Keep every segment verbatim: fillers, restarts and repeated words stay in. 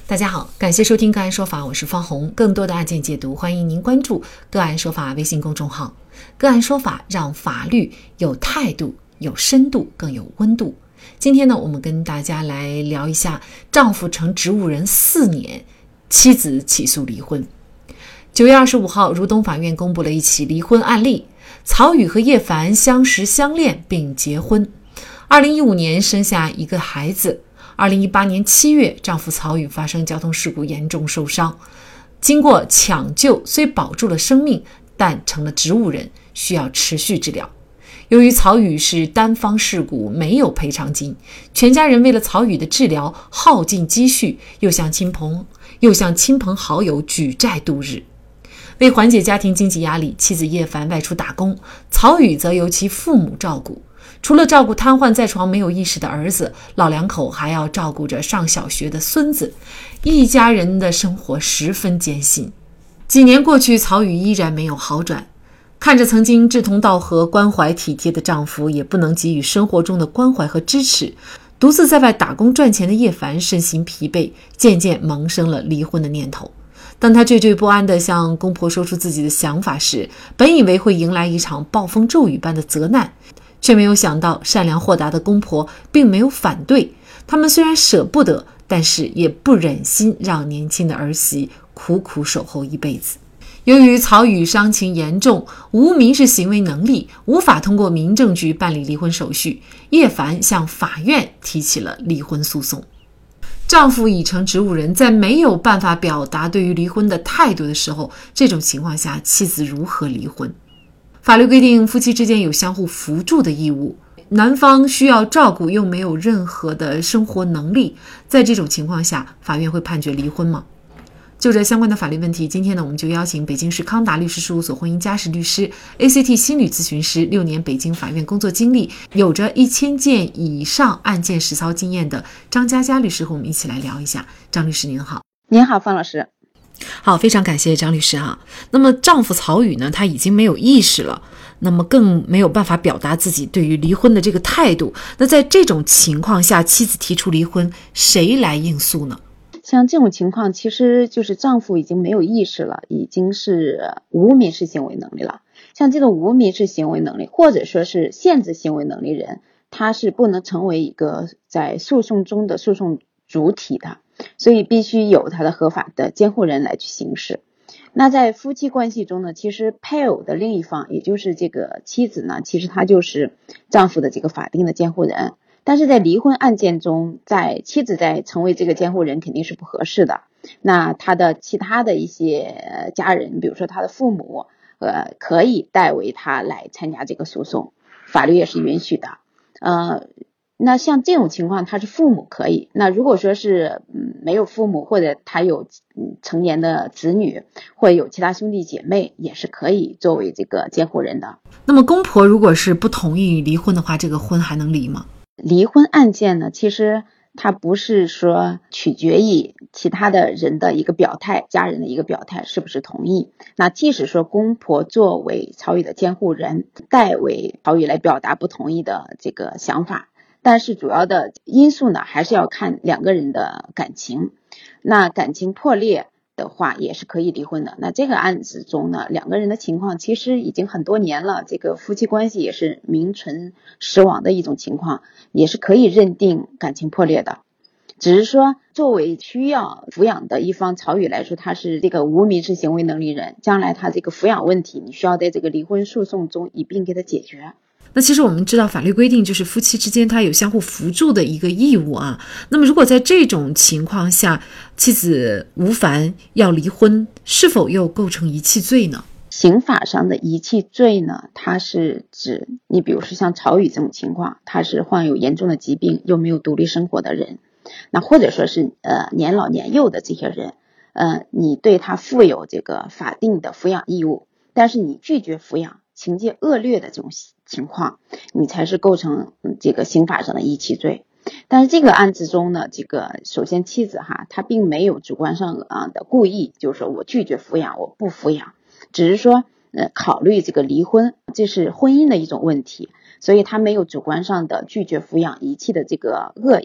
大家好，感谢收听个案说法，我是方红。更多的案件解读，欢迎您关注个案说法微信公众号。个案说法让法律有态度、有深度、更有温度。今天呢，我们跟大家来聊一下丈夫成植物人四年，妻子起诉离婚。九月二十五号，如东法院公布了一起离婚案例，曹宇和叶凡相识相恋并结婚，二零一五年生下一个孩子。二零一八年七月，丈夫曹宇发生交通事故，严重受伤，经过抢救虽保住了生命，但成了植物人，需要持续治疗。由于曹宇是单方事故，没有赔偿金，全家人为了曹宇的治疗耗尽积蓄，又向亲朋又向亲朋好友举债度日。为缓解家庭经济压力，妻子叶凡外出打工，曹宇则由其父母照顾。除了照顾瘫痪在床没有意识的儿子，老两口还要照顾着上小学的孙子，一家人的生活十分艰辛。几年过去，曹宇依然没有好转，看着曾经志同道合、关怀体贴的丈夫也不能给予生活中的关怀和支持，独自在外打工赚钱的叶凡身心疲惫，渐渐萌生了离婚的念头。当他惴惴不安地向公婆说出自己的想法时，本以为会迎来一场暴风骤雨般的责难，却没有想到善良豁达的公婆并没有反对，他们虽然舍不得，但是也不忍心让年轻的儿媳苦苦守候一辈子。由于曹宇伤情严重，无民事行为能力，无法通过民政局办理离婚手续，叶凡向法院提起了离婚诉讼。丈夫已成植物人，在没有办法表达对于离婚的态度的时候，这种情况下妻子如何离婚？法律规定夫妻之间有相互扶助的义务，男方需要照顾又没有任何的生活能力，在这种情况下法院会判决离婚吗？就这相关的法律问题，今天呢，我们就邀请北京市康达律师事务所婚姻家事律师 A C T 心理咨询师，六年北京法院工作经历，有着一千件以上案件实操经验的张佳佳律师和我们一起来聊一下。张律师您好。 您好，方老师。 好，非常感谢张律师啊。那么丈夫曹宇呢，他已经没有意识了，那么更没有办法表达自己对于离婚的这个态度。那在这种情况下，妻子提出离婚，谁来应诉呢？ 像这种情况，其实就是丈夫已经没有意识了，已经是无民事行为能力了。像这种无民事行为能力，或者说是限制行为能力人，他是不能成为一个在诉讼中的诉讼主体的，所以必须有他的合法的监护人来去行使。那在夫妻关系中呢，其实配偶的另一方，也就是这个妻子呢，其实她就是丈夫的这个法定的监护人。但是在离婚案件中，在妻子在成为这个监护人肯定是不合适的。那他的其他的一些家人，比如说他的父母，呃，可以代为他来参加这个诉讼，法律也是允许的。呃，那像这种情况，他是父母可以。那如果说是嗯没有父母，或者他有嗯成年的子女，或者有其他兄弟姐妹，也是可以作为这个监护人的。 那么公婆如果是不同意离婚的话，这个婚还能离吗？ 离婚案件呢，其实它不是说取决于其他的人的一个表态，家人的一个表态是不是同意。那即使说公婆作为曹宇的监护人，代为曹宇来表达不同意的这个想法，但是主要的因素呢，还是要看两个人的感情。那感情破裂的话也是可以离婚的。那这个案子中呢，两个人的情况其实已经很多年了，这个夫妻关系也是名存实亡的一种情况，也是可以认定感情破裂的。只是说作为需要抚养的一方，曹宇来说，他是这个无民事行为能力人，将来他这个抚养问题，你需要在这个离婚诉讼中一并给他解决。 那其实我们知道法律规定就是夫妻之间他有相互扶助的一个义务啊。那么如果在这种情况下，妻子吴凡要离婚，是否又构成遗弃罪呢？ 刑法上的遗弃罪呢，它是指你比如说像曹宇这种情况，他是患有严重的疾病又没有独立生活的人，那或者说是呃年老年幼的这些人，呃你对他负有这个法定的抚养义务，但是你拒绝抚养，情节恶劣的这种情况，你才是构成这个刑法上的遗弃罪。但是这个案子中呢，这个首先妻子哈，她并没有主观上啊的故意，就是说我拒绝抚养，我不抚养，只是说呃考虑这个离婚，这是婚姻的一种问题，所以她没有主观上的拒绝抚养遗弃的这个恶意。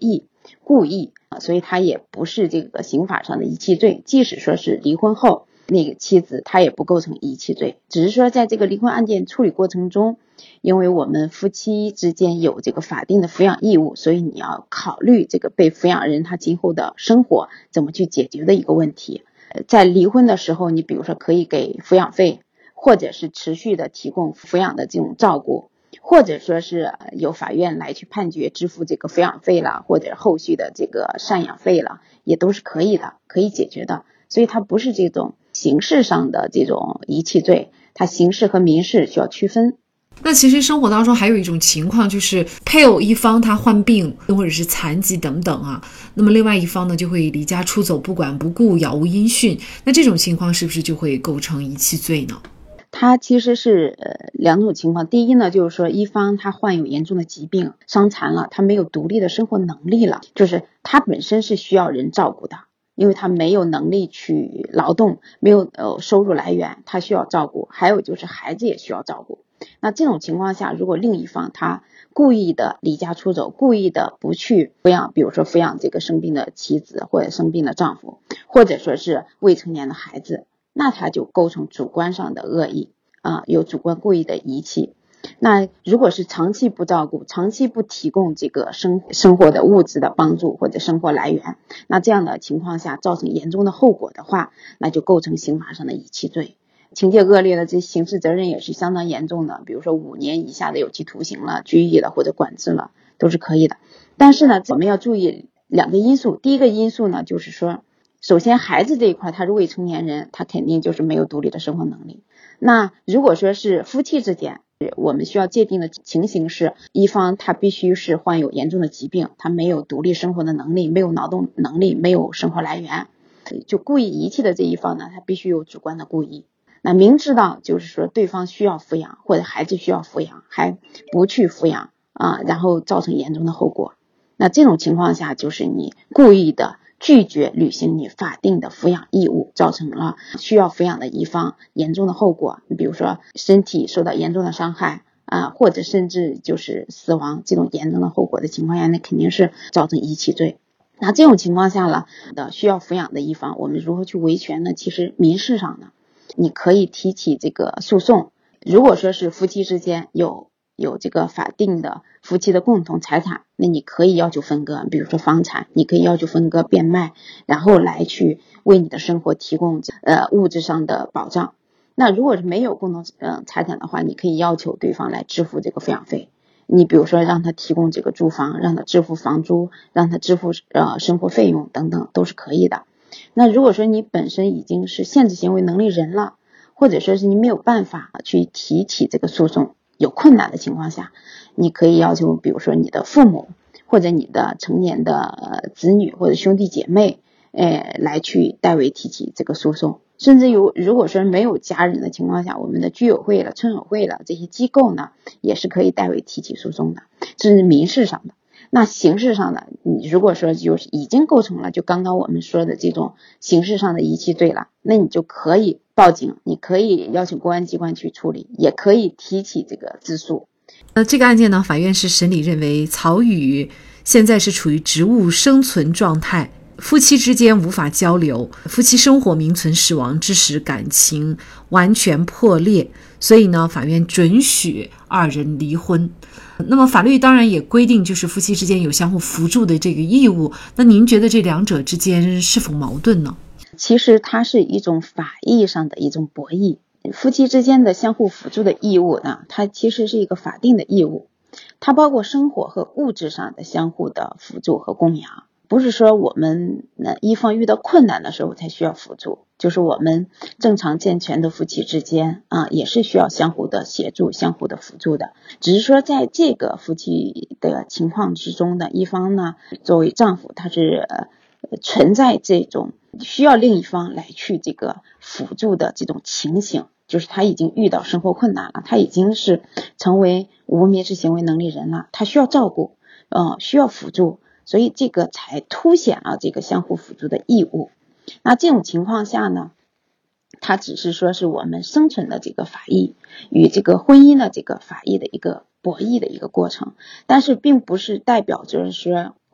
故意，所以他也不是这个刑法上的遗弃罪。即使说是离婚后那个妻子，他也不构成遗弃罪，只是说在这个离婚案件处理过程中，因为我们夫妻之间有这个法定的抚养义务，所以你要考虑这个被抚养人他今后的生活怎么去解决的一个问题。在离婚的时候，你比如说可以给抚养费，或者是持续的提供抚养的这种照顾，或者说是由法院来去判决支付这个抚养费了，或者后续的这个赡养费了，也都是可以的，可以解决的。所以它不是这种刑事上的这种遗弃罪，它刑事和民事需要区分。 那其实生活当中还有一种情况，就是配偶一方他患病或者是残疾等等啊，那么另外一方呢就会离家出走，不管不顾，杳无音讯，那这种情况是不是就会构成遗弃罪呢？ 它其实是呃两种情况。第一呢，就是说一方他患有严重的疾病，伤残了，他没有独立的生活能力了，就是他本身是需要人照顾的，因为他没有能力去劳动，没有呃收入来源，他需要照顾。还有就是孩子也需要照顾。那这种情况下，如果另一方他故意的离家出走，故意的不去抚养，比如说抚养这个生病的妻子或者生病的丈夫，或者说是未成年的孩子，那他就构成主观上的恶意啊，有主观故意的遗弃。那如果是长期不照顾，长期不提供这个生生活的物质的帮助或者生活来源，那这样的情况下造成严重的后果的话，那就构成刑法上的遗弃罪。情节恶劣的这刑事责任也是相当严重的，比如说五年以下的有期徒刑了、拘役了或者管制了，都是可以的。但是呢，我们要注意两个因素。第一个因素呢，就是说首先孩子这一块他是未成年人，他肯定就是没有独立的生活能力。那如果说是夫妻之间，我们需要界定的情形是一方他必须是患有严重的疾病，他没有独立生活的能力，没有劳动能力，没有生活来源，就故意遗弃的这一方呢，他必须有主观的故意。那明知道就是说对方需要抚养或者孩子需要抚养，还不去抚养啊，然后造成严重的后果，那这种情况下就是你故意的拒绝履行你法定的抚养义务，造成了需要抚养的一方严重的后果，你比如说身体受到严重的伤害啊，或者甚至就是死亡，这种严重的后果的情况下，那肯定是造成遗弃罪。那这种情况下了的需要抚养的一方，我们如何去维权呢？其实民事上呢，你可以提起这个诉讼。如果说是夫妻之间有有这个法定的夫妻的共同财产，那你可以要求分割，比如说房产，你可以要求分割变卖，然后来去为你的生活提供呃物质上的保障。那如果是没有共同呃财产的话，你可以要求对方来支付这个抚养费。你比如说让他提供这个住房，让他支付房租，让他支付呃生活费用等等，都是可以的。那如果说你本身已经是限制行为能力人了，或者说是你没有办法去提起这个诉讼，有困难的情况下，你可以要求比如说你的父母或者你的成年的子女或者兄弟姐妹呃，来去代为提起这个诉讼。甚至有如果说没有家人的情况下，我们的居委会了、村委会了这些机构呢，也是可以代为提起诉讼的，这是民事上的。那刑事上的，你如果说就是已经构成了就刚刚我们说的这种刑事上的遗弃罪了，那你就可以报警，你可以邀请公安机关去处理，也可以提起这个自诉。 呃，这个案件呢，法院是审理认为曹宇现在是处于植物生存状态，夫妻之间无法交流，夫妻生活名存实亡，致使感情完全破裂，所以呢，法院准许二人离婚。那么法律当然也规定，就是夫妻之间有相互扶助的这个义务。那您觉得这两者之间是否矛盾呢？ 其实它是一种法益上的一种博弈。夫妻之间的相互辅助的义务呢，它其实是一个法定的义务，它包括生活和物质上的相互的辅助和供养。不是说我们一方遇到困难的时候才需要辅助，就是我们正常健全的夫妻之间啊，也是需要相互的协助、相互的辅助的。只是说在这个夫妻的情况之中的一方呢，作为丈夫，他是呃存在这种需要另一方来去这个辅助的这种情形，就是他已经遇到生活困难了，他已经是成为无民事行为能力人了，他需要照顾，呃，需要辅助。所以这个才凸显了这个相互辅助的义务。那这种情况下呢，它只是说是我们生存的这个法益与这个婚姻的这个法益的一个博弈的一个过程，但是并不是代表着说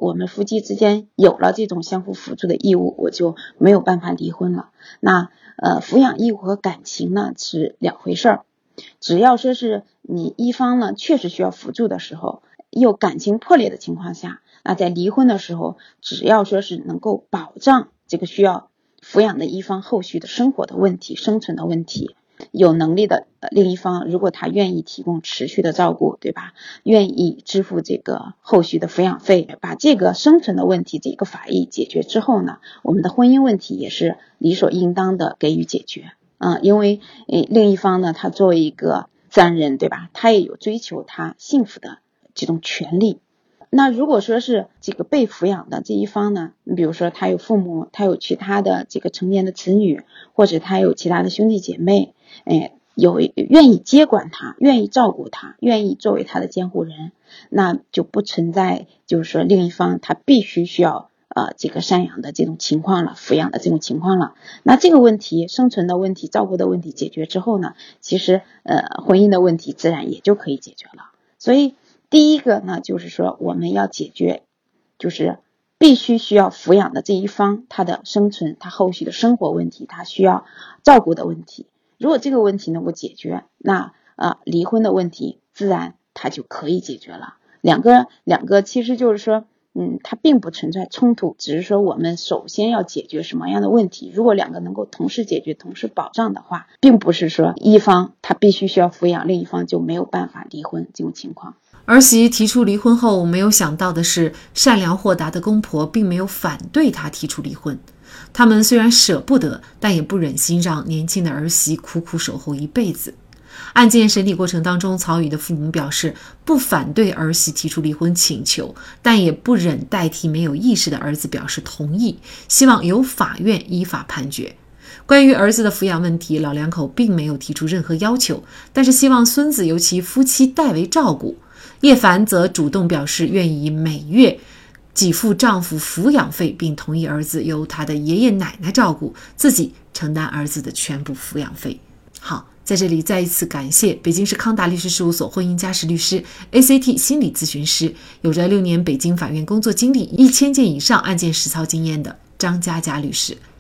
我们夫妻之间有了这种相互辅助的义务，我就没有办法离婚了。那呃，抚养义务和感情呢是两回事儿。只要说是你一方呢确实需要辅助的时候，又感情破裂的情况下，那在离婚的时候，只要说是能够保障这个需要抚养的一方后续的生活的问题、生存的问题，有能力的另一方，如果他愿意提供持续的照顾，对吧？愿意支付这个后续的抚养费，把这个生存的问题这个法益解决之后呢，我们的婚姻问题也是理所应当的给予解决。嗯，因为诶另一方呢，他作为一个自然人，对吧？他也有追求他幸福的这种权利。那如果说是这个被抚养的这一方呢，你比如说他有父母，他有其他的这个成年的子女，或者他有其他的兄弟姐妹，哎，有愿意接管他，愿意照顾他，愿意作为他的监护人，那就不存在就是说另一方他必须需要呃这个赡养的这种情况了，抚养的这种情况了。那这个问题，生存的问题、照顾的问题解决之后呢，其实呃婚姻的问题自然也就可以解决了。所以第一个呢，就是说我们要解决就是必须需要抚养的这一方他的生存，他后续的生活问题，他需要照顾的问题。如果这个问题能够解决，那呃离婚的问题自然它就可以解决了。两个两个其实就是说嗯，它并不存在冲突，只是说我们首先要解决什么样的问题。如果两个能够同时解决、同时保障的话，并不是说一方他必须需要抚养，另一方就没有办法离婚这种情况。 儿媳提出离婚后，没有想到的是，善良豁达的公婆并没有反对她提出离婚。他们虽然舍不得，但也不忍心让年轻的儿媳苦苦守候一辈子。案件审理过程当中，曹宇的父母表示不反对儿媳提出离婚请求，但也不忍代替没有意识的儿子表示同意，希望由法院依法判决。关于儿子的抚养问题，老两口并没有提出任何要求，但是希望孙子由其夫妻代为照顾。叶凡则主动表示愿意每月给付丈夫抚养费，并同意儿子由他的爷爷奶奶照顾，自己承担儿子的全部抚养费。好，在这里再一次感谢北京市康达律师事务所婚姻家事律师 A C T 心理咨询师，有着六年北京法院工作经历、一千件以上案件实操经验的张佳佳律师。